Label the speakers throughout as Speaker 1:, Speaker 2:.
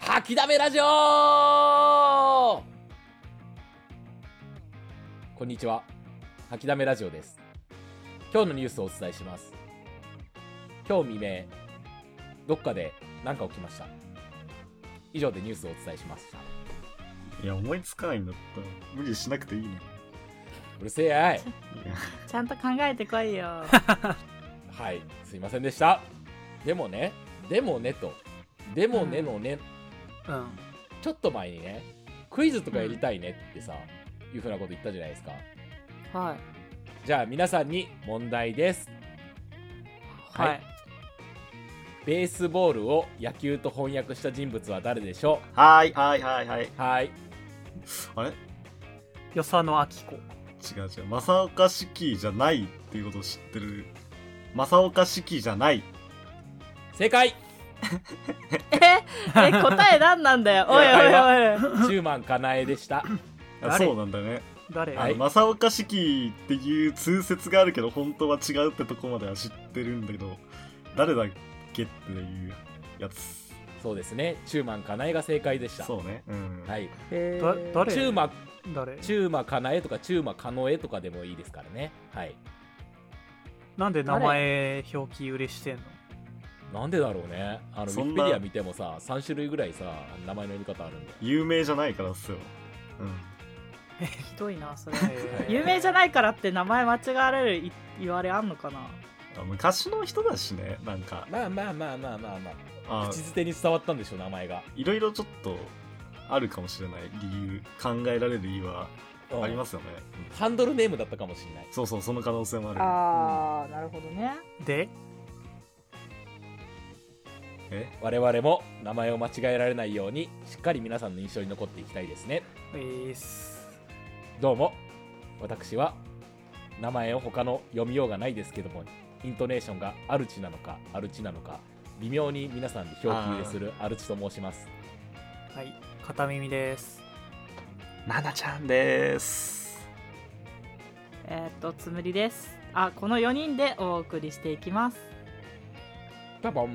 Speaker 1: 吐きだめラジオ。こんにちは、吐きだめラジオです。今日のニュースをお伝えします。今日未明どっかで何か起きました。以上でニュースをお伝えしました。
Speaker 2: いや、思いつかないんだったら無理しなくていいね。
Speaker 1: うるせえやい。
Speaker 3: ちゃんと考えてこいよ。
Speaker 1: はい、すいませんでした。でもねとでもねのね、ちょっと前にね、クイズとかやりたいねってさ、いうふうなこと言ったじゃないですか。
Speaker 3: はい。
Speaker 1: じゃあ皆さんに問題です。
Speaker 3: はい。
Speaker 1: ベースボールを野球と翻訳した人物は誰でしょ
Speaker 2: う。はい。
Speaker 1: あれ
Speaker 4: 与謝野明子。
Speaker 2: 違う。正岡子規じゃないっていうことを知ってる。正岡子規じゃない。
Speaker 1: 正解。
Speaker 3: 答え何なんだよ。おい。
Speaker 1: 中満かなえでした。
Speaker 2: そうなんだね。
Speaker 4: 誰？
Speaker 2: 正岡子規っていう通説があるけど本当は違うってとこまでは知ってるんだけど、誰だっけっていうやつ。
Speaker 1: そうですね、中満かなえが正解でした。
Speaker 2: そうね、
Speaker 1: はい。
Speaker 4: 誰？
Speaker 1: 中満かなえとか中満かのえとかでもいいですからね。はい。
Speaker 4: なんで名前表記売れしてんの？
Speaker 1: なんでだろうね。ウィキペディア見てもさ、3種類ぐらいさ、名前の呼び方あるんだよ。
Speaker 2: 有名じゃないからっすよ。
Speaker 3: ひどいなそれ。有名じゃないからって名前間違われる言われあんのかな。
Speaker 2: 昔の人だしね、なんか。
Speaker 1: まあ口づてに伝わったんでしょ、名前が。
Speaker 2: いろいろちょっとあるかもしれない理由、考えられる理由はありますよね。
Speaker 1: ハンドルネームだったかもしれない。
Speaker 2: そう、その可能性もある。
Speaker 3: なるほどね。
Speaker 4: で
Speaker 1: 我々も名前を間違えられないようにしっかり皆さんの印象に残っていきたいですね。どうも、私は名前を他の読みようがないですけども、イントネーションがアルチなのかアルチなのか微妙に皆さんで表記入れするアルチと申します。
Speaker 4: はい、片耳です。
Speaker 2: ななちゃんです。
Speaker 3: つむりです。この4人でお送りしていきます。
Speaker 1: パポン。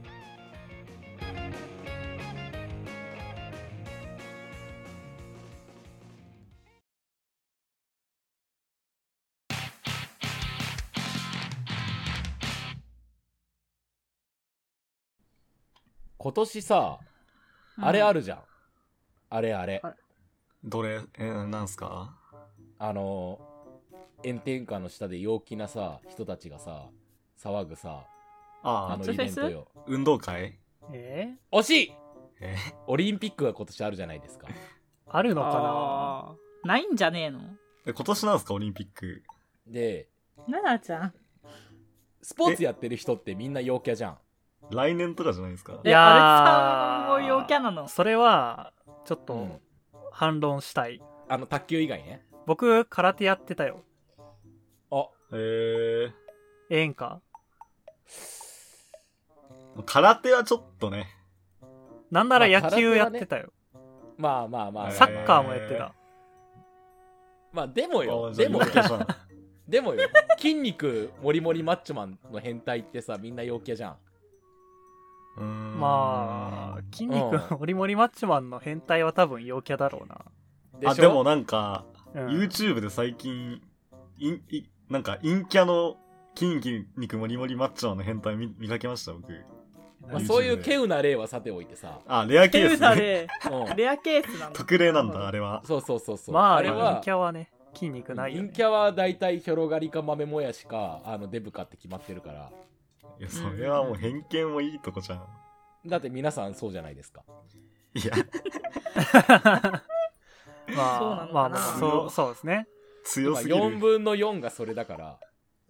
Speaker 1: 今年さ、あれあるじゃん。あれ。
Speaker 2: どれ？なんすか？
Speaker 1: 炎天下の下で陽気なさ、人たちがさ、騒ぐさ、イベントよ。
Speaker 2: 運動会？
Speaker 1: 惜しい！オリンピックが今年あるじゃないですか。
Speaker 4: あるのか
Speaker 3: な？ないんじゃねえの？
Speaker 2: 今年なんすか、オリンピック。
Speaker 1: で、
Speaker 3: ななちゃん。
Speaker 1: スポーツやってる人ってみんな陽キャじゃん。
Speaker 2: 来年とかじゃないですか。
Speaker 3: アルチさんも陽キャなの？
Speaker 4: それはちょっと反論したい。
Speaker 1: 卓球以外ね。
Speaker 4: 僕空手やってたよ。演歌。
Speaker 2: 空手はちょっとね。
Speaker 4: なんなら野球やってたよ。
Speaker 1: まあ
Speaker 4: サッカーもやってた。
Speaker 1: まあでもよ、筋肉もりもりマッチョマンの変態ってさ、みんな陽キャじゃん。
Speaker 4: まあ筋肉もりもりマッチョマンの変態は多分陽キャだろうな。
Speaker 2: でもなんか、YouTube で最近なんか陰キャの筋肉もりもりマッチョマンの変態 見かけました僕。
Speaker 1: そういう稀有な例はさておいてさ。
Speaker 2: レアケース
Speaker 3: ね。レアケースなんだ。
Speaker 2: 特例なんだあれは。
Speaker 1: そう。
Speaker 4: まああれは陰キャはね、筋肉ないよね。
Speaker 1: 陰キャはだいたい広がりか豆もやしかデブかって決まってるから。
Speaker 2: いや、それはもう偏見もいいとこじゃん。
Speaker 1: だって皆さんそうじゃないですか。
Speaker 2: いや
Speaker 4: まあそうですね。
Speaker 2: 強すぎる。
Speaker 1: 4分の4がそれだから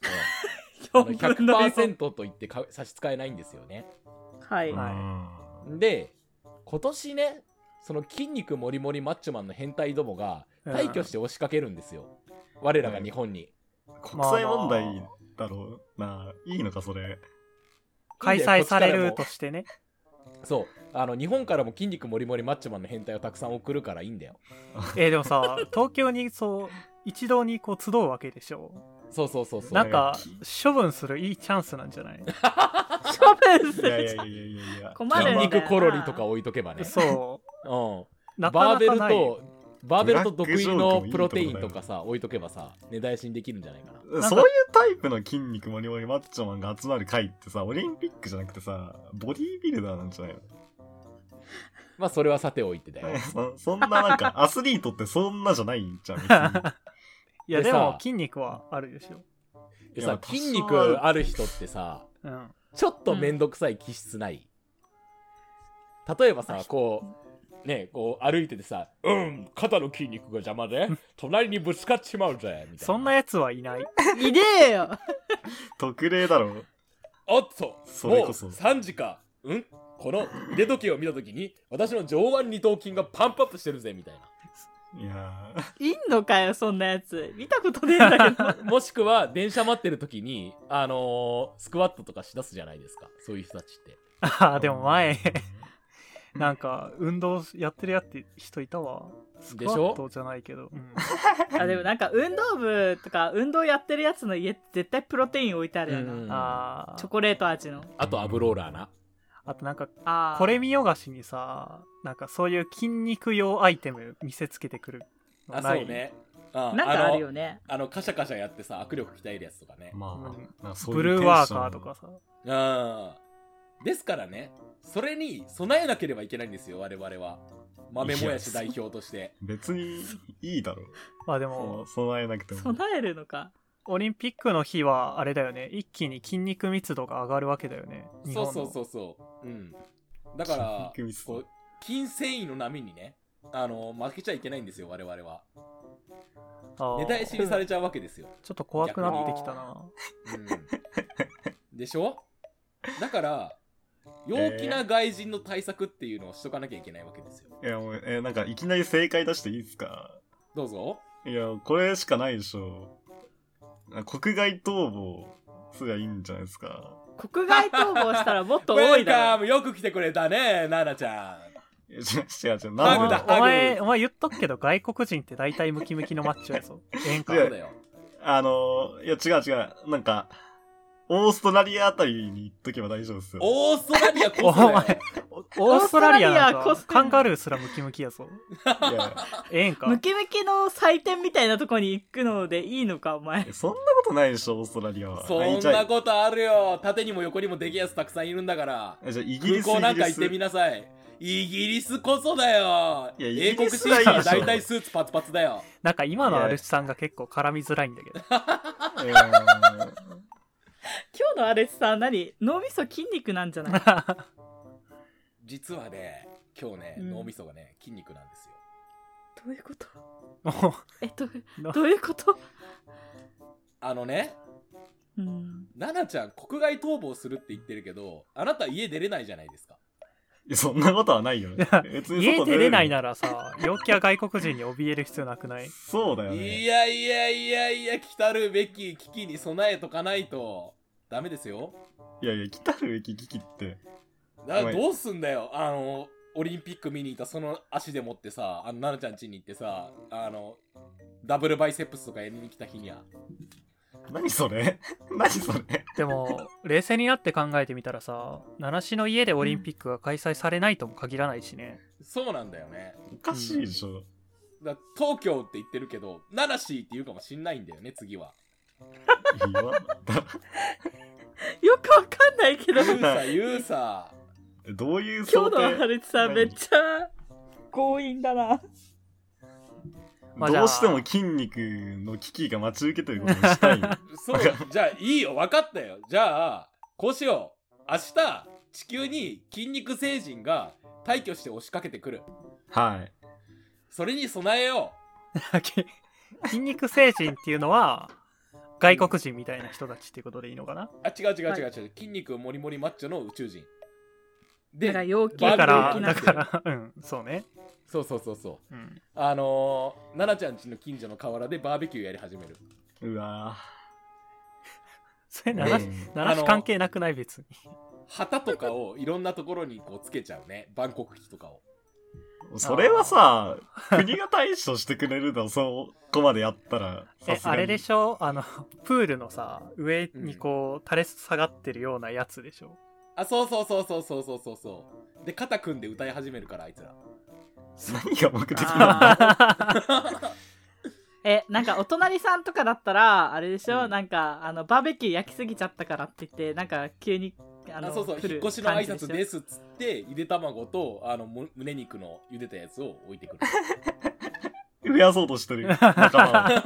Speaker 1: 100% と言って差し支えないんですよね。
Speaker 3: はい。
Speaker 1: で、今年ね、その筋肉もりもりマッチョマンの変態どもが大挙して押しかけるんですよ。我らが日本に。
Speaker 2: 国際問題だろうな。いいのかそれ。
Speaker 4: 開催されるとしてね。
Speaker 1: そう、日本からも筋肉もりもりマッチョマンの変態をたくさん送るからいいんだよ。
Speaker 4: でもさ、東京に一堂に集うわけでしょ。
Speaker 1: そうそうそうそう。
Speaker 4: なんか処分するいいチャンスなんじゃない？
Speaker 3: 処分す
Speaker 2: いやい
Speaker 3: るじゃん。
Speaker 2: やいやいやいや。
Speaker 3: 困るんだよな。
Speaker 1: 筋肉コロリとか置いとけばね。
Speaker 4: そ
Speaker 1: うん。
Speaker 4: なかなかない。
Speaker 1: バーベルと得意のプロテインとかさ置いとけばさ根絶やしにできるんじゃないかな。
Speaker 2: そういうタイプの筋肉もりもりマッチョマンが集まる会ってさ、オリンピックじゃなくてさ、ボディービルダーなんじゃないの？
Speaker 1: まあそれはさておいてだよ。
Speaker 2: そんななんかアスリートってそんなじゃないんじゃん別に。
Speaker 4: いやでも筋肉はあるでしょ。
Speaker 1: でさ筋肉ある人ってさ、
Speaker 4: うん、
Speaker 1: ちょっとめんどくさい気質ない？例えばさこうねこう歩いててさ、肩の筋肉が邪魔で隣にぶつかっちまうぜみたいな。
Speaker 4: そんなやつはいない。
Speaker 3: いねえよ。
Speaker 2: 特例だろ。
Speaker 1: おっと
Speaker 2: それこそ
Speaker 1: もう3時か。この腕時計を見たときに私の上腕二頭筋がパンプアップしてるぜみたいな。
Speaker 2: いや
Speaker 3: いんのかよそんなやつ。見たことねえんだけど。
Speaker 1: もしくは電車待ってる時にスクワットとかしだすじゃないですか、そういう人たちって。
Speaker 4: ああでも前なんか運動やってるやって人いたわ。スクワットじゃないけど、
Speaker 3: あでもなんか運動部とか運動やってるやつの家絶対プロテイン置いてあるよな。チョコレート味の。
Speaker 1: あとアブローラーな。
Speaker 4: あとなんかこれ見よがしにさ、なんかそういう筋肉用アイテム見せつけてくるのない？
Speaker 1: そうね。
Speaker 3: なんかあるよね。
Speaker 1: カシャカシャやってさ握力鍛えるやつとかね。
Speaker 2: まあ、
Speaker 4: ブルーワーカーとかさ。
Speaker 1: ですからね、それに備えなければいけないんですよ我々は。豆もやし代表として。
Speaker 2: 別にいいだろう。
Speaker 4: まあでも
Speaker 2: 備えなくても。
Speaker 3: 備えるのか。
Speaker 4: オリンピックの日はあれだよね、一気に筋肉密度が上がるわけだよね。
Speaker 1: そう。だからこう筋繊維の波にね負けちゃいけないんですよ我々は。根絶やしにされちゃうわけですよ。
Speaker 4: ちょっと怖くなってきたな。
Speaker 1: でしょ？だから陽気な外人の対策っていうのをしとかなきゃいけないわけですよ。
Speaker 2: いやもうなんかいきなり正解出していいですか？
Speaker 1: どうぞ。
Speaker 2: いやこれしかないでしょ。国外逃亡すりゃいいんじゃないですか。
Speaker 3: 国外逃亡したらもっと多いだろ。
Speaker 1: よく来てくれたねナナちゃん。
Speaker 2: 違う
Speaker 4: お前言っとくけど外国人って大体ムキムキのマッチョやぞ。
Speaker 1: そうだよ。
Speaker 2: いや違うなんかオーストラリアあたりに行っとけば大丈夫ですよ。
Speaker 1: オーストラリアこそだよ。
Speaker 4: オーストラリアなんかカンガルーすらムキムキやぞ。いや
Speaker 3: ムキムキの祭典みたいなとこに行くのでいいのかお前。
Speaker 2: そんなことないでしょオーストラリアは。
Speaker 1: そんなことあるよ。縦にも横にもできやつたくさんいるんだから。
Speaker 2: じゃあイギリス
Speaker 1: 空港なんか行ってみなさい。イギリスこそだよ。
Speaker 2: いや
Speaker 1: 英国紳士は大体スーツパツパツだよ。
Speaker 4: なんか今のアルチさんが結構絡みづらいんだけど。
Speaker 3: 今日のアレスさん脳みそ筋肉なんじゃない？
Speaker 1: 実はね今日ね、脳みそがね筋肉なんですよ。
Speaker 3: どういうこと？どういうこと？
Speaker 1: ナナちゃん国外逃亡するって言ってるけどあなた家出れないじゃないですか。
Speaker 2: いやそんなことはないよ。
Speaker 4: 別に家出れないならさ陽気は外国人に怯える必要なくない？
Speaker 2: そうだよね。
Speaker 1: いや来たるべき危機に備えとかないとダメですよ。
Speaker 2: いや来たるべき危機って
Speaker 1: どうすんだよ。オリンピック見に行ったその足でもってさナナちゃん家に行ってさダブルバイセップスとかやりに来た日には
Speaker 2: 何それ
Speaker 4: でも冷静になって考えてみたらさナナシの家でオリンピックが開催されないとも限らないしね。
Speaker 1: そうなんだよね。
Speaker 2: おかしいでしょ。
Speaker 1: 東京って言ってるけどナナシーって言うかもしんないんだよね次は。
Speaker 3: よくわかんないけど
Speaker 1: 言うさ
Speaker 2: どういう想定？
Speaker 3: 今日のハルチさんめっちゃ強引だな。
Speaker 2: どうしても筋肉の危機が待ち受けてることにしたい。
Speaker 1: そうじゃあいいよ分かったよ。じゃあこうしよう。明日地球に筋肉星人が大挙して押しかけてくる。
Speaker 2: はい。
Speaker 1: それに備えよ
Speaker 4: う。筋肉星人っていうのは外国人みたいな人たちっていうことでいいのかな？
Speaker 1: 違う、筋肉もりもりマッチョの宇宙人で、
Speaker 3: だから陽気
Speaker 4: だからそうね。
Speaker 1: そう、ナナちゃん家の近所の河原でバーベキューやり始める。
Speaker 2: うわ
Speaker 4: それ奈良関係なくない別に。
Speaker 1: 旗とかをいろんなところにこうつけちゃうね。万国旗とかを。
Speaker 2: それはさ、国が対処してくれるの、そこまでやったら。
Speaker 4: あれでしょプールのさ、上にこう、垂れ下がってるようなやつでしょ。
Speaker 1: あ、そうそうそうそうそうそうそう。で、肩組んで歌い始めるから、あいつら。
Speaker 2: 何が目的なんだ
Speaker 3: なんかお隣さんとかだったら、あれでしょ、
Speaker 1: うん
Speaker 3: なんか、バーベキュー焼きすぎちゃったからって言って、なんか急に、
Speaker 1: そうそう、引っ越しの挨拶ですっつって、ゆで卵と、胸肉の茹でたやつを置いてくる。
Speaker 2: 増やそうとしてる。仲間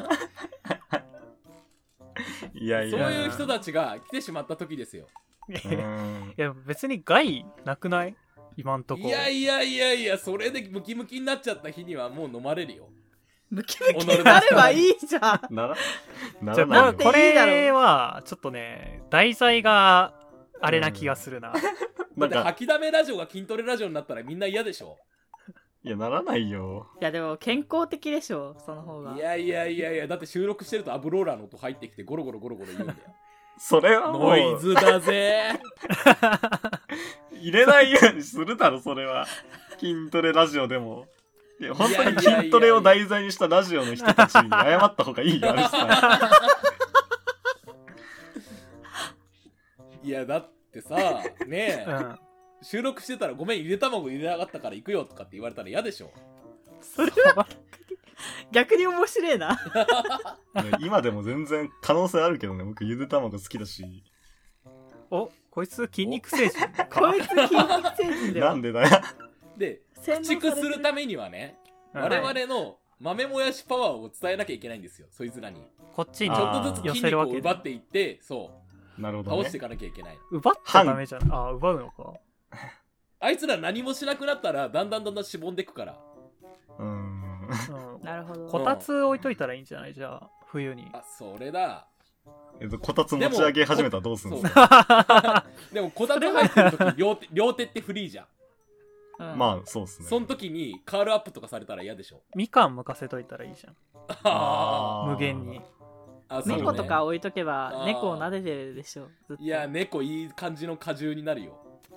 Speaker 2: いやいや。
Speaker 1: そういう人たちが来てしまった時ですよ。
Speaker 4: いや、別に害なくない今んとこ。
Speaker 1: いやいやいやいや、それでムキムキになっちゃった日にはもう飲まれるよ。
Speaker 3: ムキムキになればいいじゃん。
Speaker 2: なら
Speaker 4: じゃ
Speaker 2: ないよ。
Speaker 4: あこれはちょっとね、題材があれな気がするな。
Speaker 1: だって吐きだめラジオが筋トレラジオになったらみんな嫌でしょ。
Speaker 2: いや、ならないよ。
Speaker 3: いやでも健康的でしょ、その方が。
Speaker 1: いやいやいやいや、だって収録してるとアブローラーの音入ってきてゴロゴロゴロゴロ言うんだよ。
Speaker 2: それはもう
Speaker 1: ノイズだぜ。
Speaker 2: 入れないようにするだろ、それは。筋トレラジオでも。いや、本当に筋トレを題材にしたラジオの人たちに謝った方がいいよ、あれさ。
Speaker 1: いや、だってさ、ねえ、収録してたらごめん、ゆで卵茹で上がったから行くよとかって言われたら嫌でしょ。
Speaker 3: それは逆に面白いな。
Speaker 2: ね、今でも全然可能性あるけどね、僕ゆで卵好きだし。
Speaker 4: お、こいつ筋肉成人か。
Speaker 3: こいつ筋肉成人だよ。
Speaker 2: なんでだよ。
Speaker 1: で、駆逐するためにはね、我々の豆もやしパワーを伝えなきゃいけないんですよ、そいつらに。
Speaker 4: こっちに
Speaker 1: ちょっとずつ筋肉を奪っていって、そう。
Speaker 2: なるほど、ね。
Speaker 1: 倒していかなきゃいけない。
Speaker 4: 奪っちゃダメじゃん。奪うのか。
Speaker 1: あいつら何もしなくなったらだんだんしぼんでくから。
Speaker 3: なるほど。
Speaker 4: こたつ置いといたらいいんじゃない？じゃあ冬に。
Speaker 1: あ、それだ。
Speaker 2: こたつ持ち上げ始めたらどうするんですか？
Speaker 1: でもこたつ入ってる時両手ってフリーじゃん。
Speaker 2: まあそうっすね。
Speaker 1: その時にカールアップとかされたら嫌でしょ。
Speaker 4: みかん剥かせといたらいいじゃん。無限に。
Speaker 3: 猫とか置いとけば猫を撫でてるでしょ。
Speaker 1: いや、猫いい感じの果汁になるよ。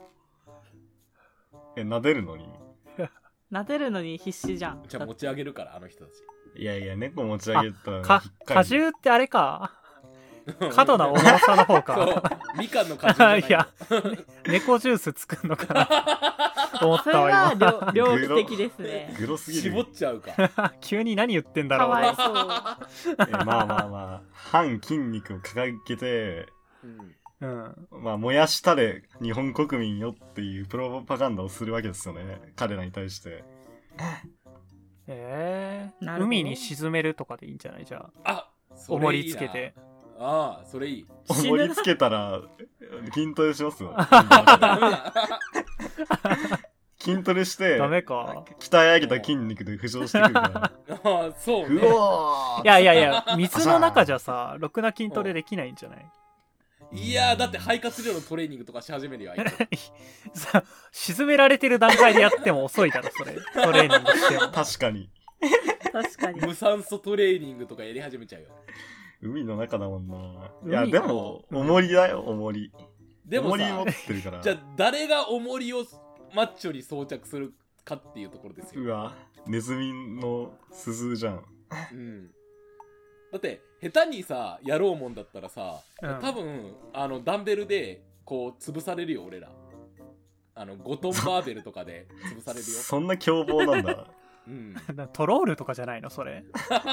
Speaker 2: 撫でるのに
Speaker 3: 撫でるのに必死じゃん。
Speaker 1: じゃあ持ち上げるから、あの人たち。
Speaker 2: いやいや、猫持ち上げたら
Speaker 4: 果汁ってあれか。過度な重さの方か。
Speaker 1: そうみかんの果汁じゃない。
Speaker 4: いや、猫ジュース作るのかなと思ったわ。
Speaker 3: それは猟奇的ですね。
Speaker 2: グロすぎる。
Speaker 1: 絞っちゃうか。
Speaker 4: 急に何言ってんだろう。
Speaker 3: かわいそう。
Speaker 2: まあ反筋肉を掲げて、まあ燃やしたれ日本国民よっていうプロパガンダをするわけですよね、彼らに対して。
Speaker 4: 海に沈めるとかでいいんじゃない？じゃあ重りつけて。
Speaker 1: ああ、それいい。
Speaker 2: 重りつけたら筋トレしますよ。筋トレして
Speaker 4: ダメか。
Speaker 2: 鍛え上げた筋肉で浮上してくるから。
Speaker 1: ああ、そうね。
Speaker 4: いや水の中じゃさ、ろくな筋トレできないんじゃない？
Speaker 1: いやー、だって肺活量のトレーニングとかし始めるよ、あいつ。
Speaker 4: さ、沈められてる段階でやっても遅いだろ、それ。トレーニングしても。
Speaker 2: 確かに。
Speaker 3: 確かに。
Speaker 1: 無酸素トレーニングとかやり始めちゃうよ。
Speaker 2: 海の中だもんな。いや、でも、重りだよ、重り。
Speaker 1: でもさ、
Speaker 2: 重り持ってるから。
Speaker 1: じゃあ、誰が重りをマッチョに装着するかっていうところですよ。
Speaker 2: うわ、ネズミの鈴じゃん。
Speaker 1: だって下手にさやろうもんだったらさ、多分ダンベルでこう潰されるよ俺ら。5トンバーベルとかで潰されるよ。
Speaker 2: そんな凶暴なんだ。
Speaker 4: トロールとかじゃないのそれ。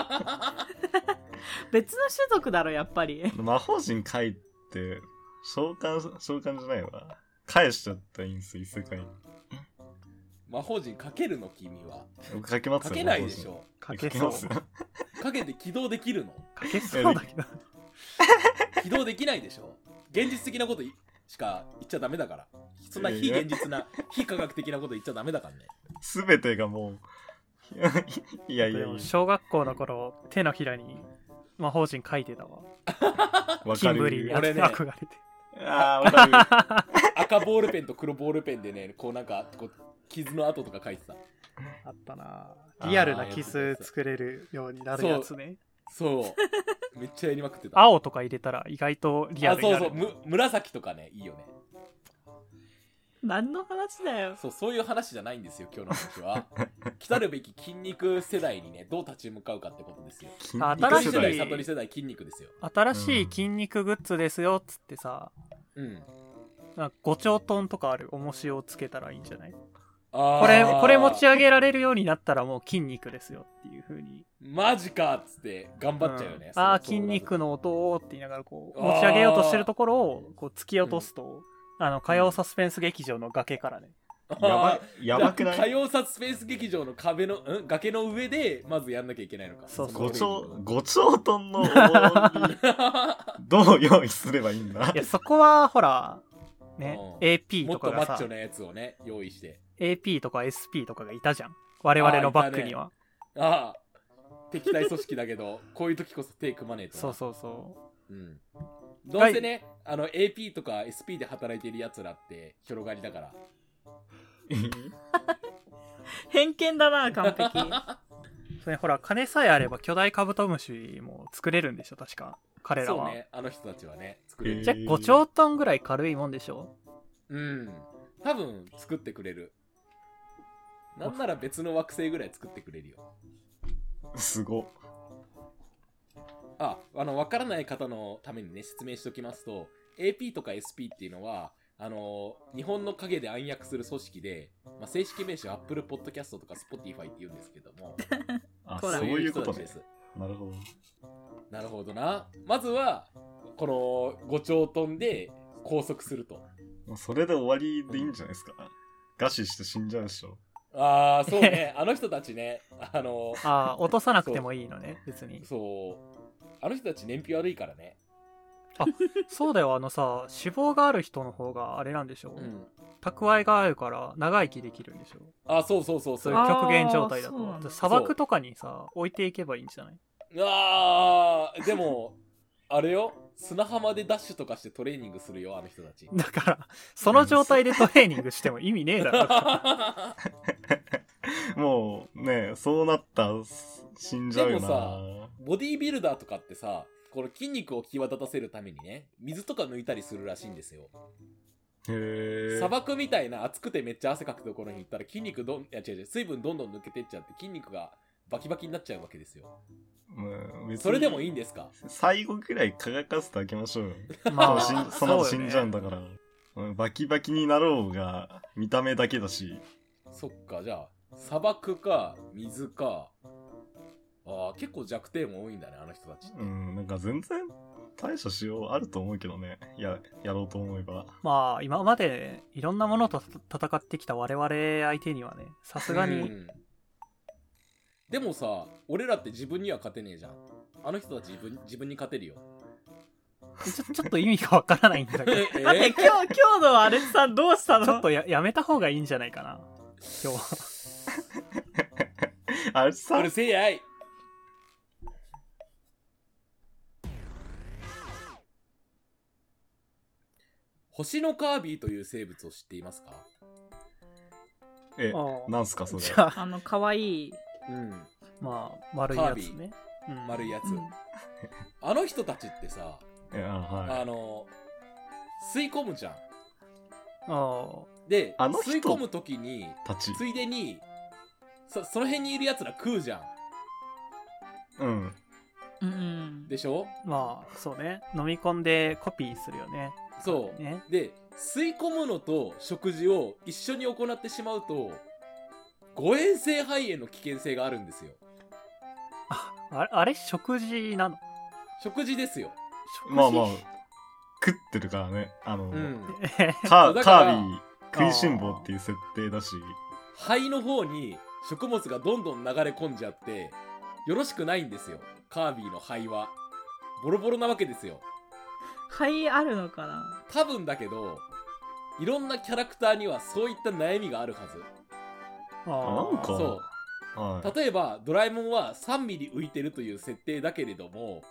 Speaker 3: 別の種族だろやっぱり。
Speaker 2: 魔法陣書いて召喚じゃないわ。返しちゃったらいいんすよ、異世界に。
Speaker 1: 魔法陣かけるの君は？
Speaker 2: 僕かけますよ。
Speaker 1: かけないでしょ。
Speaker 4: かけそう。
Speaker 1: かけて起動できるの？
Speaker 4: かけそうだけど。
Speaker 1: 起動できないでしょ。現実的なことしか言っちゃダメだから。そんな非現実な、非科学的なこと言っちゃダメだからね。
Speaker 2: すべてがもういや。
Speaker 4: 小学校の頃手のひらに魔法陣書いてたわ。
Speaker 2: わかる。
Speaker 1: 俺ね、
Speaker 2: わかる。
Speaker 1: 赤ボールペンと黒ボールペンでね、こうなんかこう傷の跡とか書いてた。
Speaker 4: あったな。リアルなキス作れるようになるやつね。
Speaker 1: そうめっちゃやりまくってた。
Speaker 4: 青とか入れたら意外とリアルになる。
Speaker 1: そう紫とかね、いいよね。
Speaker 3: 何の話だよ。
Speaker 1: そういう話じゃないんですよ今日の話は。来たるべき筋肉世代にねどう立ち向かうかってことですよ。
Speaker 4: 新しい
Speaker 1: 世代悟り世代筋肉ですよ。
Speaker 4: 新しい筋肉グッズですよっつってさ、なんか5兆トンとかある重しをつけたらいいんじゃない？これ持ち上げられるようになったらもう筋肉ですよっていう風に。
Speaker 1: マジかっつって頑張っちゃうよね。
Speaker 4: 筋肉の音って言いながらこう持ち上げようとしてるところをこう突き落とすと、火曜サスペンス劇場の崖からね。
Speaker 2: やばくない？
Speaker 1: 火曜サスペンス劇場の崖の上でまずやんなきゃいけないのか。
Speaker 4: そう
Speaker 2: 5兆トンのどう用意すればいいんだ。
Speaker 4: いやそこはほらね、AP とかがさ、
Speaker 1: もっとマッチョなやつをね用意して
Speaker 4: AP とか SP とかがいたじゃん我々のバックには。
Speaker 1: 敵対組織だけどこういう時こそ手組まねえと。
Speaker 4: そう、
Speaker 1: どうせねAP とか SP で働いているやつらって広がりだから
Speaker 3: 偏見だな完璧。
Speaker 4: それほら金さえあれば巨大カブトムシも作れるんでしょ確か彼らは。
Speaker 1: そうね、あの人たちはね作れる。
Speaker 4: じゃあ5兆トンぐらい軽いもんでしょ。
Speaker 1: 多分作ってくれる。なんなら別の惑星ぐらい作ってくれるよ。
Speaker 2: すごっ。
Speaker 1: わからない方のためにね説明しておきますと AP とか SP っていうのは日本の陰で暗躍する組織で、正式名称は Apple Podcast とか Spotify って言うんですけども
Speaker 2: そういうことです。なるほど
Speaker 1: な。まずはこの5兆トンで拘束すると。
Speaker 2: それで終わりでいいんじゃないですか。餓死して死んじゃうでしょ。
Speaker 1: そうね。あの人たちね
Speaker 4: 落とさなくてもいいのね別に。
Speaker 1: あの人たち燃費悪いからね。
Speaker 4: そうだよ。脂肪がある人の方があれなんでしょ蓄えがあるから長生きできるんでしょ。
Speaker 1: そう
Speaker 4: そういう極限状態だと砂漠とかにさ置いていけばいいんじゃない？
Speaker 1: でもあれよ、砂浜でダッシュとかしてトレーニングするよあの人たち。
Speaker 4: だからその状態でトレーニングしても意味ねえだ
Speaker 2: ろ。もうね、そうなったら死んじゃうよな。
Speaker 1: でもさ、ボディービルダーとかってさ、この筋肉を際立たせるためにね水とか抜いたりするらしいんですよ。砂漠みたいな暑くてめっちゃ汗かくところに行ったら水分どんどん抜けてっちゃって筋肉がバキバキになっちゃうわけですよ。それでもいいんですか？
Speaker 2: 最後くらい乾かせてあげましょうよ。その後死んじゃうんだから、バキバキになろうが見た目だけだし。
Speaker 1: そっか、じゃあ砂漠か水か。結構弱点多いんだねあの人たちって。
Speaker 2: なんか全然対処しようあると思うけどね。やろうと思えば。
Speaker 4: 今までいろんなものと戦ってきた我々相手にはね、さすがに。
Speaker 1: でもさ、俺らって自分には勝てねえじゃん。あの人たち自分に勝てるよ。
Speaker 4: ちょっと意味がわからないんだけど。
Speaker 3: だって今日のアレツさんどうしたの？
Speaker 4: ちょっとやめた方がいいんじゃないかな今日は。
Speaker 2: アレツさん、
Speaker 1: うるせえやい。星のカービィという生物を知っていますか？
Speaker 2: なんすかそれ。
Speaker 3: かわいい。
Speaker 4: 丸いやつね。
Speaker 1: 丸いやつ。あの人たちってさ、吸い込むじゃん。で、吸い込むときについでにその辺にいるやつら食うじゃん。でしょ？
Speaker 4: そうね。飲み込んでコピーするよね。
Speaker 1: そうね。で、吸い込むのと食事を一緒に行ってしまうと誤嚥性肺炎の危険性があるんですよ。
Speaker 4: あれ食事なの？
Speaker 1: 食事ですよ。
Speaker 2: 食ってるからね。カービィ食いしん坊っていう設定だし、
Speaker 1: 肺の方に食物がどんどん流れ込んじゃってよろしくないんですよ。カービィの肺はボロボロなわけですよ。
Speaker 3: 肺あるのかな？
Speaker 1: 多分だけどいろんなキャラクターにはそういった悩みがあるはず。
Speaker 2: なんか
Speaker 1: そう、例えばドラえもんは3ミリ浮いてるという設定だけれども、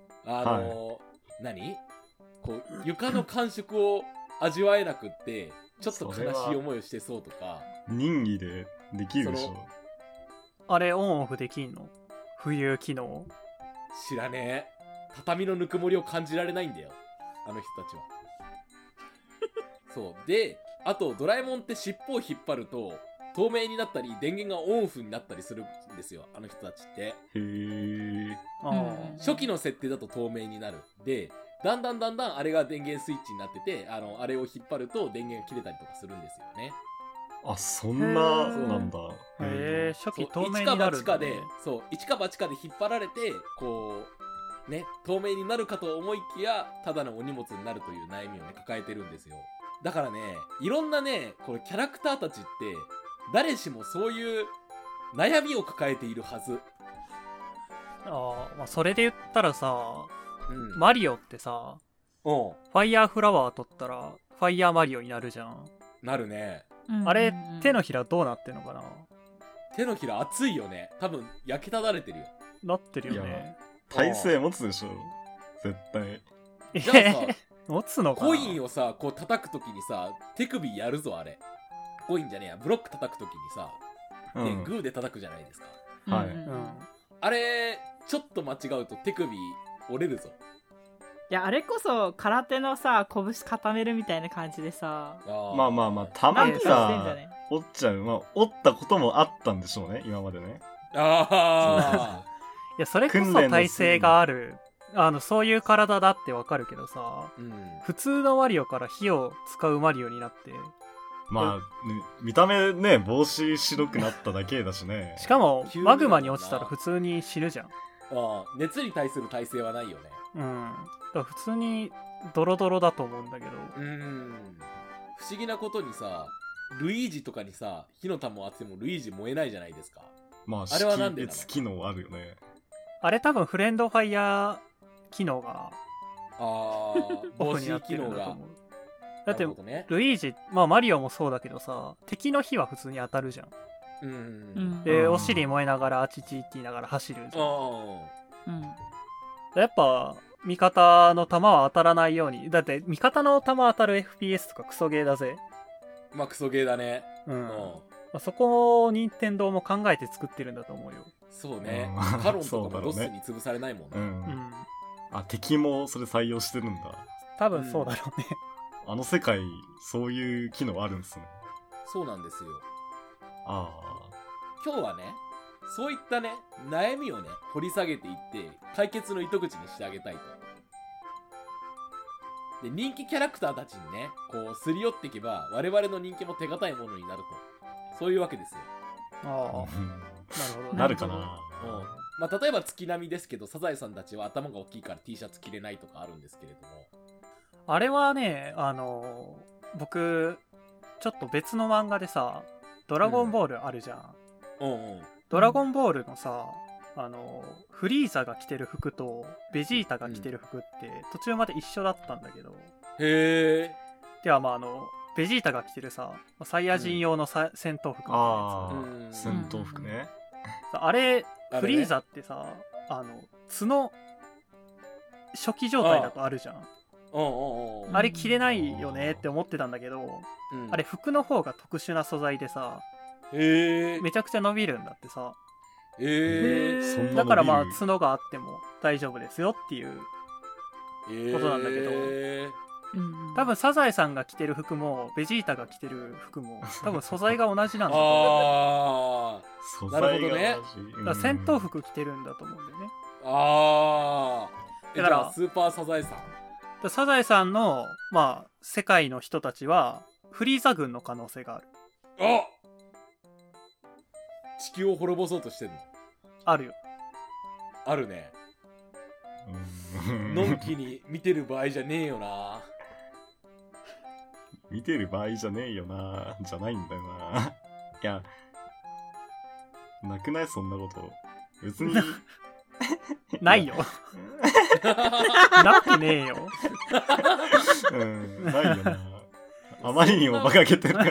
Speaker 1: こう床の感触を味わえなくってちょっと悲しい思いをしてそうとか。
Speaker 2: 任意でできるでしょ。
Speaker 4: あれオンオフできんの？浮遊機能
Speaker 1: 知らねえ。畳のぬくもりを感じられないんだよあの人たちは。そうで、 あとドラえもんって尻尾を引っ張ると透明になったり電源がオンオフになったりするんですよ、あの人たちって。へ
Speaker 2: ー。
Speaker 1: 初期の設定だと透明になる。でだんだんあれが電源スイッチになってて、あれを引っ張ると電源が切れたりとかするんですよね。
Speaker 2: あ、そんななんだ。
Speaker 4: 初期透明になるんだ、ね。
Speaker 1: そう、一か八かで引っ張られてこうね、透明になるかと思いきやただのお荷物になるという悩みをね抱えてるんですよ。だからね、いろんなねこれキャラクターたちって誰しもそういう悩みを抱えているはず。
Speaker 4: まあ、それで言ったらさ、マリオってさ、ファイヤーフラワー取ったらファイヤーマリオになるじゃん。
Speaker 1: なるね。
Speaker 4: あれ手のひらどうなってんのかな。
Speaker 1: 手のひら熱いよね。多分焼けただれてるよ。
Speaker 4: なってるよね。
Speaker 2: 耐性持つでしょ絶対。
Speaker 1: じゃあさ
Speaker 4: 持つのかな。
Speaker 1: コインをさこう叩くときにさ手首やるぞあれ。コインじゃねえや、ブロック叩くときにさ、ね、グーで叩くじゃないですか。
Speaker 2: はい。
Speaker 1: あれちょっと間違うと手首折れるぞ。
Speaker 3: いや、あれこそ空手のさ拳固めるみたいな感じでさ、
Speaker 2: まあたまにさ折っちゃう。まあ折ったこともあったんでしょうね今までね。
Speaker 4: いや、それこそ耐性があるそういう体だってわかるけどさ、普通のマリオから火を使うマリオになって、
Speaker 2: まあ、見た目ね帽子白くなっただけだしね。
Speaker 4: しかもマグマに落ちたら普通に死ぬじゃん。
Speaker 1: 熱に対する耐性はないよね。
Speaker 4: だから普通にドロドロだと思うんだけど。
Speaker 1: 不思議なことにさ、ルイージとかにさ火の玉を当ててもルイージ燃えないじゃないですか。
Speaker 2: まああれはなんでなの？機能あるよね。
Speaker 4: あれ多分フレンドファイヤー機能がオフになってるんだと思う。だって、ね、ルイージ、まあマリオもそうだけどさ、敵の火は普通に当たるじゃん。で、お尻燃えながらあちちって言いながら走るじゃん。やっぱ味方の弾は当たらないように。だって味方の弾当たる FPS とかクソゲーだぜ。
Speaker 1: まあクソゲーだね。
Speaker 4: そこを任天堂も考えて作ってるんだと思うよ。
Speaker 1: そうね。カロンとかもロスに潰されないもんね。
Speaker 2: あ、敵もそれ採用してるんだ。
Speaker 4: 多分そうだろうね。
Speaker 2: あの世界そういう機能あるんですね。
Speaker 1: そうなんですよ。今日はねそういったね悩みをね掘り下げていって解決の糸口にしてあげたいと。で人気キャラクターたちにねこうすり寄っていけば我々の人気も手堅いものになると、そういうわけですよ。
Speaker 4: なるほど。
Speaker 2: なるかな。
Speaker 1: まあ例えば月並みですけどサザエさんたちは頭が大きいから T シャツ着れないとかあるんですけれども、
Speaker 4: あれはね僕ちょっと別の漫画でさドラゴンボールあるじゃん。ドラゴンボールのさフリーザが着てる服とベジータが着てる服って途中まで一緒だったんだけど、
Speaker 1: へー。
Speaker 4: ではベジータが着てるさサイヤ人用の戦闘服みたいな
Speaker 2: やつ、戦闘服ね。
Speaker 4: あれフリーザってさ角初期状態だとあるじゃん。あれ着れないよねって思ってたんだけど、あれ服の方が特殊な素材でさ、めちゃくちゃ伸びるんだってさ。だからまあ角があっても大丈夫ですよっていうことなんだけど、多分サザエさんが着てる服もベジータが着てる服も多分素材が同じなんだと思
Speaker 2: う。なるほどね。
Speaker 4: だから戦闘服着てるんだと思うんだよね。
Speaker 1: だからスーパーサザエさん。
Speaker 4: サザエさんのまあ世界の人たちはフリーザ軍の可能性がある。
Speaker 1: 地球を滅ぼそうとしてるの？
Speaker 4: あるよ。
Speaker 1: あるね。のんきに見てる場合じゃねえよな。
Speaker 2: 見てる場合じゃねえよなじゃないんだよな。いやなくないそんなこと。別に
Speaker 4: ないよ。なくねえよ。
Speaker 2: ないよな。あまりにも馬鹿げてるから。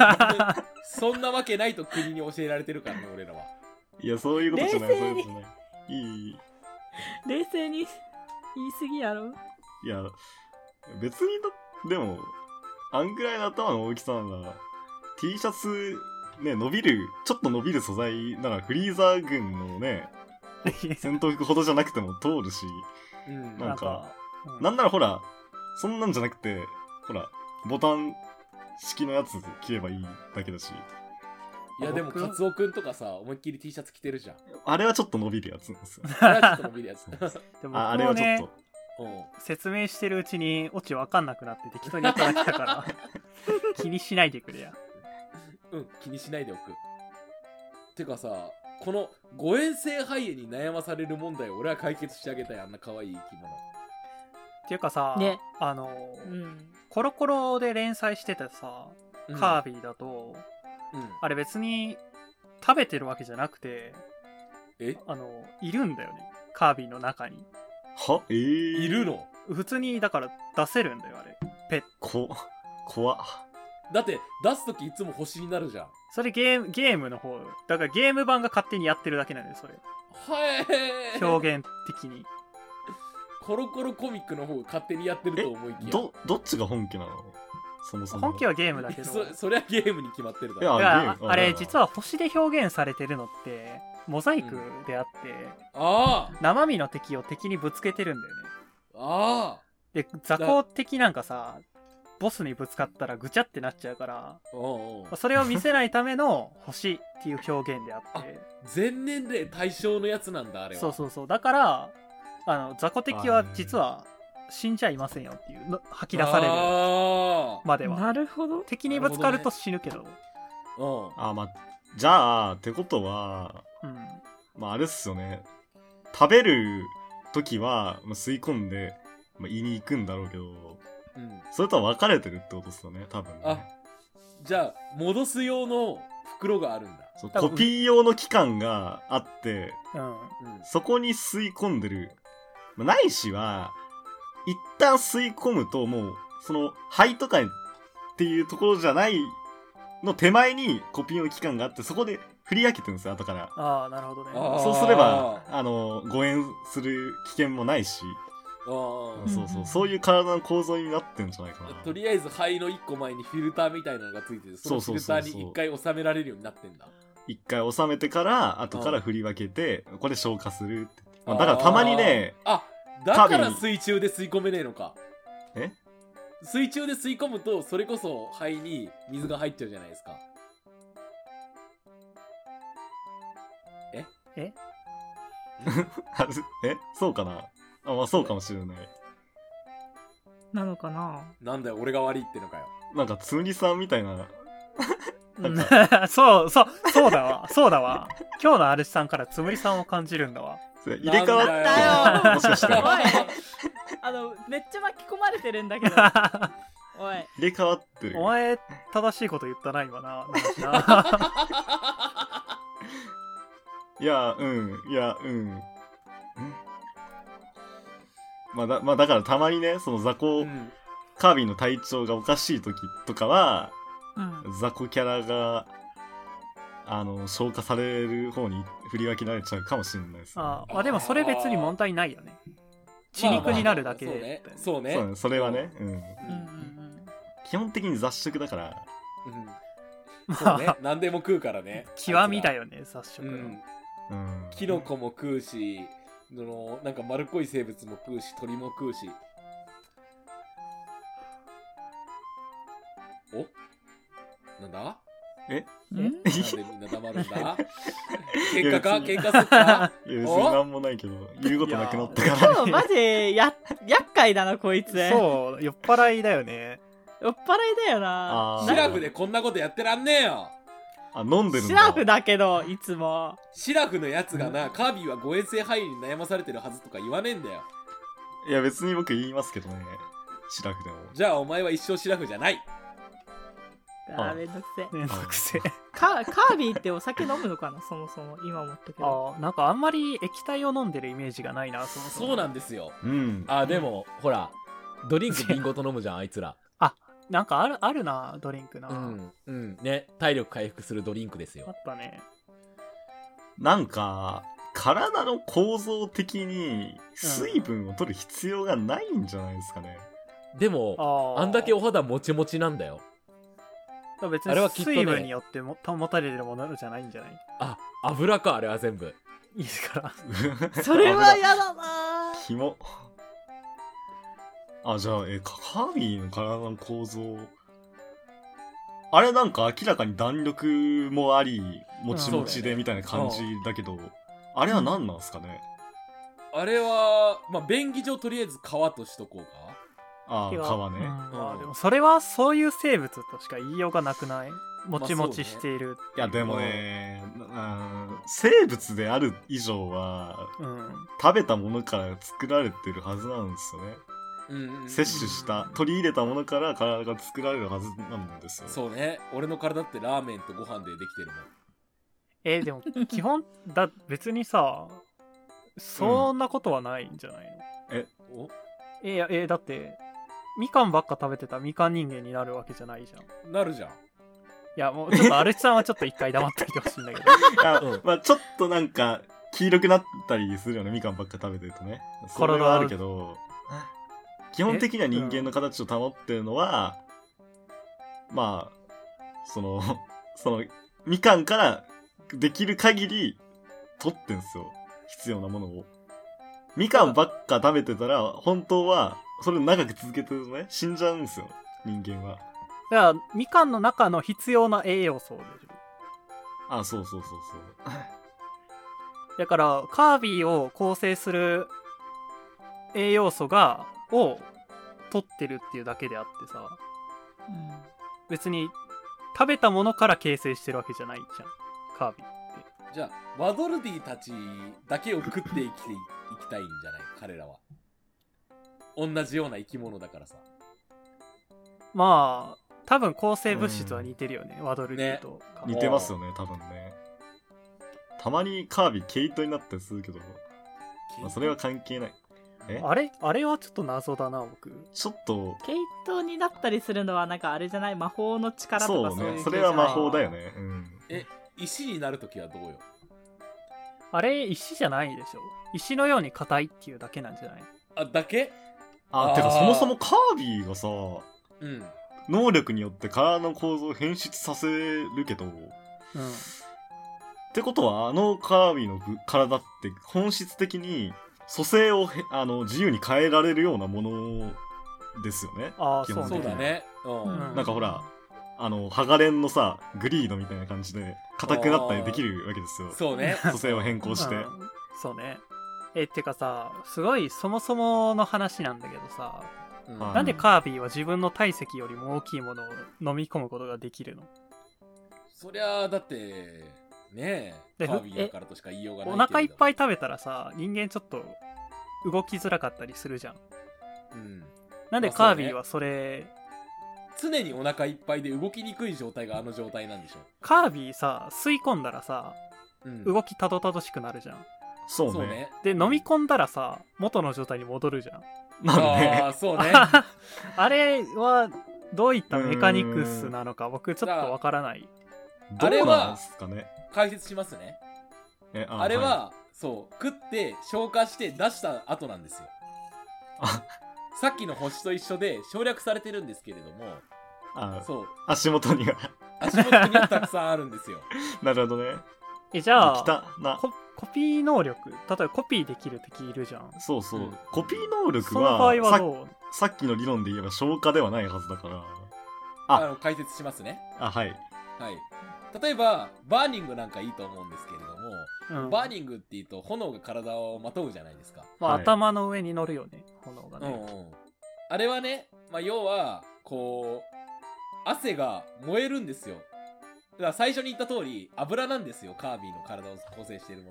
Speaker 1: そんなわけないと国に教えられてるからね俺らは。
Speaker 2: いやそういうことじゃない。そういうことじゃない。
Speaker 3: 冷静に言い過ぎやろ。
Speaker 2: いや別にでもあんぐらいの頭の大きさなら T シャツねちょっと伸びる素材ならフリーザー軍のね戦闘服ほどじゃなくても通るし、なんか、なんならほらそんなんじゃなくてほらボタン式のやつ着ればいいだけだし。
Speaker 1: いやでもカツオくんとかさ思いっきり T シャツ着てるじゃん。
Speaker 2: あれはちょっと伸びるやつなんですよ。
Speaker 1: あれはちょっと伸びるやつ。
Speaker 4: でもあれはちょっと説明してるうちにオチ分かんなくなって適当にやっただけだから気にしないでくれや。
Speaker 1: うん気にしないでおく。てかさこの誤嚥性肺炎に悩まされる問題を俺は解決してあげたい。あんな可愛い生き物
Speaker 4: っていうかさ、ね、コロコロで連載してたさカービィだと、あれ別に食べてるわけじゃなくているんだよねカービィの中に。
Speaker 1: いるの？
Speaker 4: 普通にだから出せるんだよあれ。
Speaker 2: 怖っ。
Speaker 1: だって出すときいつも星になるじゃん。
Speaker 4: それゲームの方だからゲーム版が勝手にやってるだけなんだよそれ。
Speaker 1: はい
Speaker 4: 表現的に
Speaker 1: コロコロコミックの方が勝手にやってると思いきや。
Speaker 2: どっちが本家なの？そもそも
Speaker 4: 本家はゲームだけど
Speaker 1: そりゃゲームに決まってるだ
Speaker 4: ろ。いやあれ実は星で表現されてるのってモザイクであって、生身の敵を敵にぶつけてるんだよね。で雑魚敵なんかさボスにぶつかったらぐちゃってなっちゃうからそれを見せないための星っていう表現であって
Speaker 1: 全年齢対象のやつなんだあれは。
Speaker 4: そうだから雑魚敵は実は死んじゃいませんよっていうの吐き出されるまでは。
Speaker 3: なるほど。
Speaker 4: 敵にぶつかると死ぬけど。
Speaker 2: まあじゃあってことは、まああれっすよね。食べる時は、吸い込んで、胃に行くんだろうけど、それとは分かれてるってことっすよね多分ね。
Speaker 1: じゃあ戻す用の袋があるんだ。
Speaker 2: コピー用の期間があって、そこに吸い込んでる。ないしは一旦吸い込むともうその肺とかっていうところじゃないの手前にコピーの期間があってそこで振り分けてるんですよ後から。
Speaker 4: なるほどね。
Speaker 2: そうすれば誤嚥する危険もないし、そういう体の構造になってるんじゃないかな。
Speaker 1: とりあえず肺の1個前にフィルターみたいなのがついててそのフィルターに1回収められるようになってんだ。
Speaker 2: 1回収めてから後から振り分けてこれで消化するって。だからたまにね
Speaker 1: だから水中で吸い込めねえのか。水中で吸い込むとそれこそ肺に水が入っちゃうじゃないですか。
Speaker 2: そうかな。まあそうかもしれない。
Speaker 3: なのかな。
Speaker 1: なんだよ俺が悪いってのかよ。
Speaker 2: なんかつむりさんみたいな
Speaker 4: そうだわ今日のアルシさんからつむりさんを感じるんだわ。
Speaker 2: 入れ替わったよもしかして
Speaker 3: めっちゃ巻き込まれてるんだけどおい
Speaker 2: 入れ替わってる。
Speaker 4: お前正しいこと言ったな今な。
Speaker 2: いやだからたまにねその雑魚、カービィの体調がおかしい時とかは、雑魚キャラが消化される方に振り分けられちゃうかもしれないですね。
Speaker 4: でもそれ別に問題ないよね。血肉になるだけ
Speaker 1: で。そうね
Speaker 2: それはね、基本的に雑食だから、
Speaker 1: そうね何でも食うからね。
Speaker 4: 極みだよね雑食の。
Speaker 1: キノコも食うしなんか丸っこい生物も食うし鳥も食うし。なんだなんでみんな黙るんだ喧嘩か喧嘩すっか。
Speaker 2: いや別になんもないけど言うことなくなったから
Speaker 3: 今日マジ厄介だなこいつ。
Speaker 4: そう酔っ払いだよね。
Speaker 3: 酔っ払いだよな。
Speaker 1: シラフでこんなことやってらんねえよ。
Speaker 2: 飲んでるんだ。
Speaker 3: シラフだけどいつも
Speaker 1: シラフのやつがなカービィは誤嚥性肺炎に悩まされてるはずとか言わねえんだよ。
Speaker 2: いや別に僕言いますけどねシラフでも。
Speaker 1: じゃあお前は一生シラフじゃない。
Speaker 3: めんどくせえ。
Speaker 4: カ
Speaker 3: ービィってお酒飲むのかなそもそも今思ったけど。
Speaker 4: なんかあんまり液体を飲んでるイメージがないなそもそも。
Speaker 1: そうなんですよ。
Speaker 5: でもほらドリンク瓶ごと飲むじゃんあいつら。
Speaker 4: なんかあるなドリンクな。
Speaker 5: ね体力回復するドリンクですよ。
Speaker 4: あったね。
Speaker 2: なんか体の構造的に水分を取る必要がないんじゃないですかね。
Speaker 5: でもあんだけお肌もちもちなんだよ。
Speaker 4: 別に水分によって保たれるものじゃないんじゃない？
Speaker 5: 油かあれは全部。
Speaker 4: いいですから
Speaker 3: それは嫌だな。
Speaker 2: キモ。じゃあカービィの体の構造あれなんか明らかに弾力もあり、もちもちでみたいな感じだけど、あれは何なんすかね。
Speaker 1: あれは、まあ、便宜上とりあえず皮としとこうか。
Speaker 2: ああ、皮ね。
Speaker 4: まあでもそれはそういう生物としか言いようがなくない？もちもちしている。
Speaker 2: いやでもね、生物である以上は、食べたものから作られてるはずなんですよね。摂取した取り入れたものから体が作られるはずなんですよ。
Speaker 1: そうね。俺の体ってラーメンとご飯でできてるもん。
Speaker 4: でも基本別にさ、そんなことはないんじゃないの？だってみかんばっか食べてたらみかん人間になるわけじゃないじゃん。
Speaker 1: なるじゃん。
Speaker 4: いやもうちょっとアルチさんはちょっと一回黙っておいてほしいんだけ
Speaker 2: どまあちょっとなんか黄色くなったりするよね、みかんばっか食べてるとね。それはあるけど、基本的には人間の形を保ってるのは、まあそのみかんからできる限り取ってんすよ、必要なものを。みかんばっか食べてたら本当はそれを長く続けてるとね、死んじゃうんですよ、人間は。
Speaker 4: だからみかんの中の必要な栄養素でしょ。
Speaker 2: そう
Speaker 4: だからカービィを構成する栄養素を取ってるっていうだけであってさ、別に食べたものから形成してるわけじゃないじゃん、カービィって。
Speaker 1: じゃあワドルディたちだけを食っていきたいんじゃない、彼らは。同じような生き物だからさ。
Speaker 4: まあ多分構成物質は似てるよね、ワドルディと、
Speaker 2: 似てますよね、多分ね。たまにカービィ毛糸になったりするけど、まあ、それは関係ない。
Speaker 4: あれはちょっと謎だな、僕。
Speaker 2: ちょっと
Speaker 3: 毛糸になったりするのはなんかあれじゃない、魔法の力とかそういう系じゃない？
Speaker 2: そうね、それは魔法だよね。
Speaker 1: 石になるときはどうよ。
Speaker 4: あれ石じゃないでしょ。石のように硬いっていうだけなんじゃない？
Speaker 1: だけ？
Speaker 2: てかそもそもカービィがさ、能力によって体の構造を変質させるけど、ってことはカービィの体って本質的に組成を自由に変えられるようなものですよね。
Speaker 1: 基本的に。そうだね。
Speaker 2: なんかほらハガレンのさグリードみたいな感じで硬くなったりできるわけですよ。
Speaker 1: そうね。
Speaker 2: 組成を変更して。
Speaker 4: そうね。ってかさ、すごいそもそもの話なんだけどさ、なんでカービィは自分の体積よりも大きいものを飲み込むことができるの？
Speaker 1: そりゃだってねえ、カービィだからとしか言いようがないけ
Speaker 4: ど。お腹いっぱい食べたらさ、人間ちょっと動きづらかったりするじゃん。なんでカービィはそれ、
Speaker 1: 常にお腹いっぱいで動きにくい状態があの状態なんでしょ。
Speaker 4: カービィさ、吸い込んだらさ、動きたどたどしくなるじゃん。
Speaker 2: そうね。
Speaker 4: で飲み込んだらさ、元の状態に戻るじゃん。
Speaker 2: なんで？
Speaker 1: そうね。
Speaker 4: あれはどういったメカニクスなのか僕ちょっとわからない。
Speaker 2: あれは
Speaker 1: 解説しますね。あれはそう食って消化して出した後なんですよ。さっきの星と一緒で省略されてるんですけれども、そう
Speaker 2: 足元には
Speaker 1: たくさんあるんですよ。
Speaker 2: なるほどね。
Speaker 4: じゃあコピー能力、例えばコピーできる敵いるじゃん。
Speaker 2: そう、コピー能力はさっきの理論で言えば消化ではないはずだから。
Speaker 1: 解説しますね。
Speaker 2: はい。
Speaker 1: 例えばバーニングなんかいいと思うんですけれども、バーニングっていうと炎が体をまとうじゃないですか。
Speaker 4: 頭の上に乗るよね、炎がね。
Speaker 1: あれはね、要はこう汗が燃えるんですよ。だから最初に言った通り油なんですよ、カービィの体を構成しているも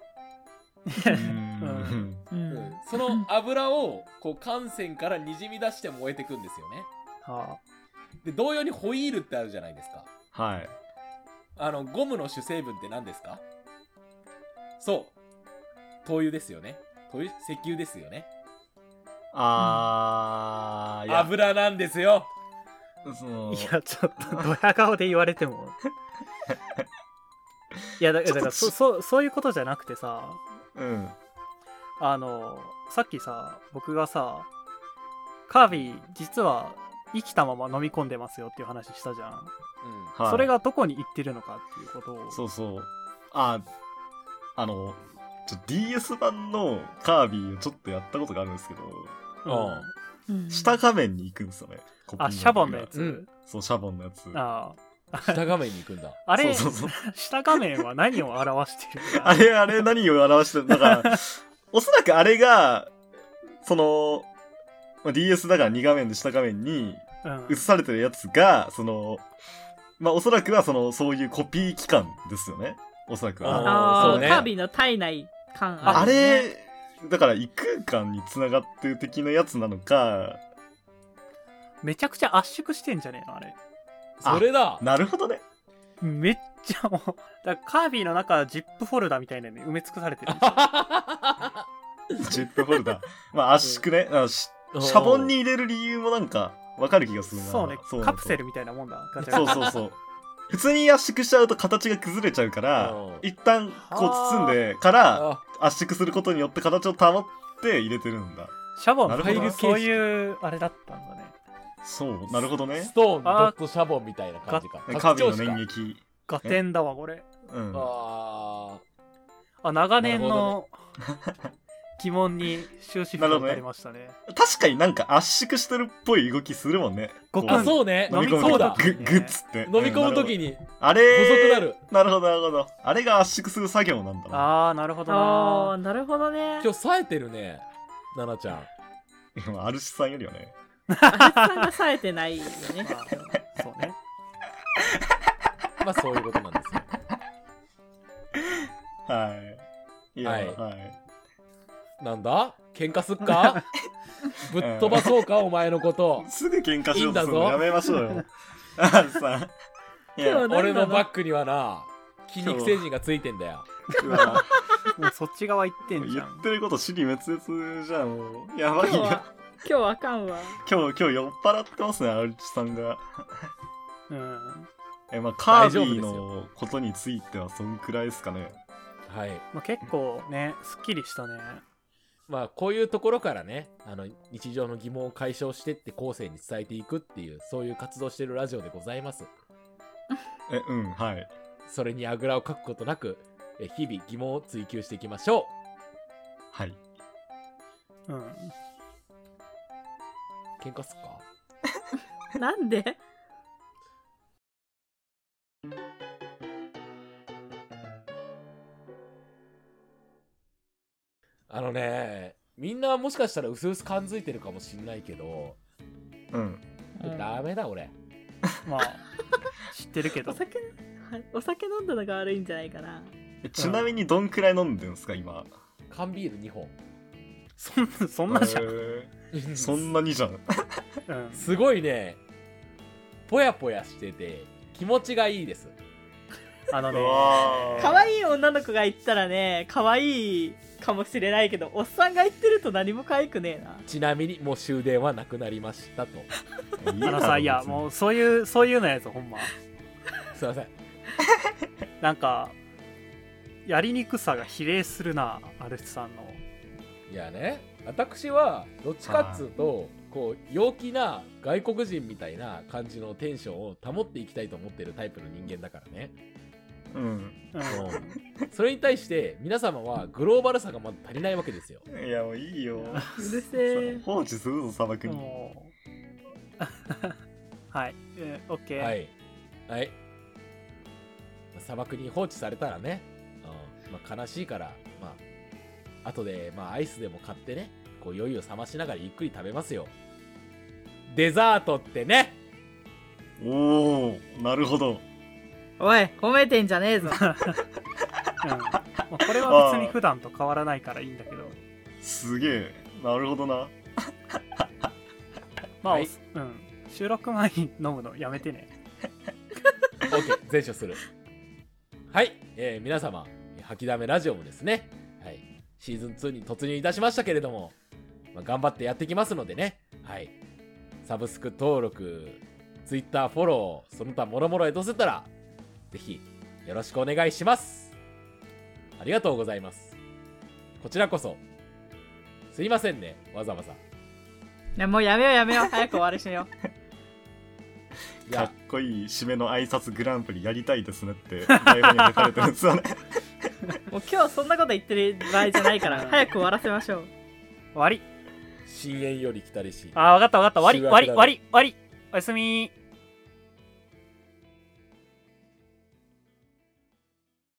Speaker 1: のは。その油をこう汗腺からにじみ出して燃えてくんですよね。で同様にホイールってあるじゃないですか。ゴムの主成分って何ですか？そう、灯油ですよね。石油ですよね。油なんですよ。
Speaker 4: いやちょっとドヤ顔で言われてもいやだからそういうことじゃなくてさ、さっきさ僕がさカービィ実は生きたまま飲み込んでますよっていう話したじゃん。それがどこに行ってるのかっていうことを。
Speaker 2: そうDS 版のカービィをちょっとやったことがあるんですけど、下画面に行くんですよね。
Speaker 4: シャボンのやつ。
Speaker 2: そう、シャボンのやつ。
Speaker 1: 下画面に行くんだ。
Speaker 4: あれ、
Speaker 2: そう
Speaker 4: 下画面は何を表してる
Speaker 2: あれ何を表してるだから、おそらくあれが、その、DS だから2画面で下画面に映されてるやつが、その、まあおそらくはそういうコピー機関ですよね。おそらくは。
Speaker 3: そうね。カービィの体内感
Speaker 2: あれ、だから異空間に繋がってる的なやつなのか。
Speaker 4: めちゃくちゃ圧縮してんじゃねえのあれ。
Speaker 1: それだ。
Speaker 2: なるほどね。
Speaker 4: めっちゃもう、だからカービィの中はジップフォルダみたいなのに埋め尽くされてる。
Speaker 2: ジップフォルダ。まあ圧縮ね。シャボンに入れる理由もなんかわかる気がするな。
Speaker 4: そうね。カプセルみたいなもんだ。
Speaker 2: そう。普通に圧縮しちゃうと形が崩れちゃうから、一旦こう包んでから圧縮することによって形を保って入れてるんだ。
Speaker 4: シャボンのそういうあれだったんだね。
Speaker 2: そう、なるほどね。
Speaker 1: ストーンドットシャボンみたいな感じか。
Speaker 2: カービィの念劇。
Speaker 4: ガテンだわこれ。
Speaker 2: うん。
Speaker 4: 長年の疑問に終止符がありましたね。
Speaker 2: 確かになんか圧縮してるっぽい動きするもんね。
Speaker 1: そうね。
Speaker 2: 飲み込むとグッつって。
Speaker 1: 飲み込むときに
Speaker 2: あれ
Speaker 1: 細くなる。
Speaker 2: なるほど。あれが圧縮する作業なんだな。
Speaker 4: なるほどな。
Speaker 3: なるほどね。
Speaker 1: 今日冴えてるね、ナナちゃん。
Speaker 2: 今アルシさんよりはね。
Speaker 3: アルシさんが冴えてないよね。
Speaker 4: そうね。
Speaker 1: まあそういうことなんですよ。
Speaker 2: はい。
Speaker 1: はい。なんだ？喧嘩すっか？ぶっ飛ばそうか、お前のこと。
Speaker 2: すぐ喧嘩しようとするのやめましょうよ。さ
Speaker 1: 俺のバッグにはな、筋肉成人がついてんだよ。
Speaker 4: もうそっち側行ってんじゃん。
Speaker 2: 言ってること尻滅裂じゃん、もう。やばいよ。
Speaker 3: 今日あかんわ。
Speaker 2: 今日酔っ払ってますね、アルチさんが。まあカービィのことについてはそんくらいですかね。
Speaker 1: はい。
Speaker 4: まあ結構ね、すっきりしたね。
Speaker 1: まあこういうところからね、日常の疑問を解消してって後世に伝えていくっていう、そういう活動してるラジオでございます。
Speaker 2: はい。
Speaker 1: それにあぐらをかくことなく、日々疑問を追求していきましょう。
Speaker 2: はい。
Speaker 1: 喧嘩すっ
Speaker 3: か？なんで？
Speaker 1: みんなもしかしたらうすうす感づいてるかもしんないけど、ダメだ俺。
Speaker 4: まあ知ってるけど。
Speaker 3: お酒飲んだのが悪いんじゃないかな。
Speaker 2: ちなみにどんくらい飲んでるんですか今？
Speaker 1: 缶ビール2本。
Speaker 4: そんなじゃん。
Speaker 2: そんなにじゃん。
Speaker 1: すごいね、ぽやぽやしてて気持ちがいいです。
Speaker 3: 可愛い女の子が言ったらね、可愛いかもしれないけど、おっさんが言ってると何も可愛くねえな。
Speaker 1: ちなみにもう終電はなくなりましたと。
Speaker 4: いやもうそういうのやつほんま。
Speaker 1: すいません。
Speaker 4: なんかやりにくさが比例するな、アルチさんの。
Speaker 1: いやね、私はどっちかっつうとこう陽気な外国人みたいな感じのテンションを保っていきたいと思ってるタイプの人間だからね。それに対して皆様はグローバルさがまだ足りないわけですよ。
Speaker 2: いやもういいよ。
Speaker 3: うるせえ。
Speaker 2: 放置するぞ砂漠に。
Speaker 4: はい、オッケー。
Speaker 1: はい。砂漠に放置されたらね、悲しいから、後でアイスでも買ってね、こう酔いを冷ましながらゆっくり食べますよ。デザートってね。
Speaker 2: おー、なるほど。
Speaker 3: おい、褒めてんじゃねえぞ。
Speaker 4: これは別に普段と変わらないからいいんだけど。
Speaker 2: すげえ、なるほどな。
Speaker 4: 収録前に飲むのやめてね。
Speaker 1: OK、全処する。はい、皆様、吐きだめラジオもですね、はい、シーズン2に突入いたしましたけれども、頑張ってやってきますのでね、はい、サブスク登録、Twitter フォロー、その他もろもろへとせたら、ぜひよろしくお願いします。ありがとうございます。こちらこそ、すいませんね、わざわざ。
Speaker 3: もうやめよう、早く終わりしよ
Speaker 2: う。かっこいい締めの挨拶グランプリやりたいですねって台本に書かれてるんですよね。
Speaker 3: もう今日そんなこと言ってる場合じゃないから早く終わらせましょう。
Speaker 4: 終わり。
Speaker 1: 深淵より来たりし。
Speaker 4: わかった終わり。おやすみ。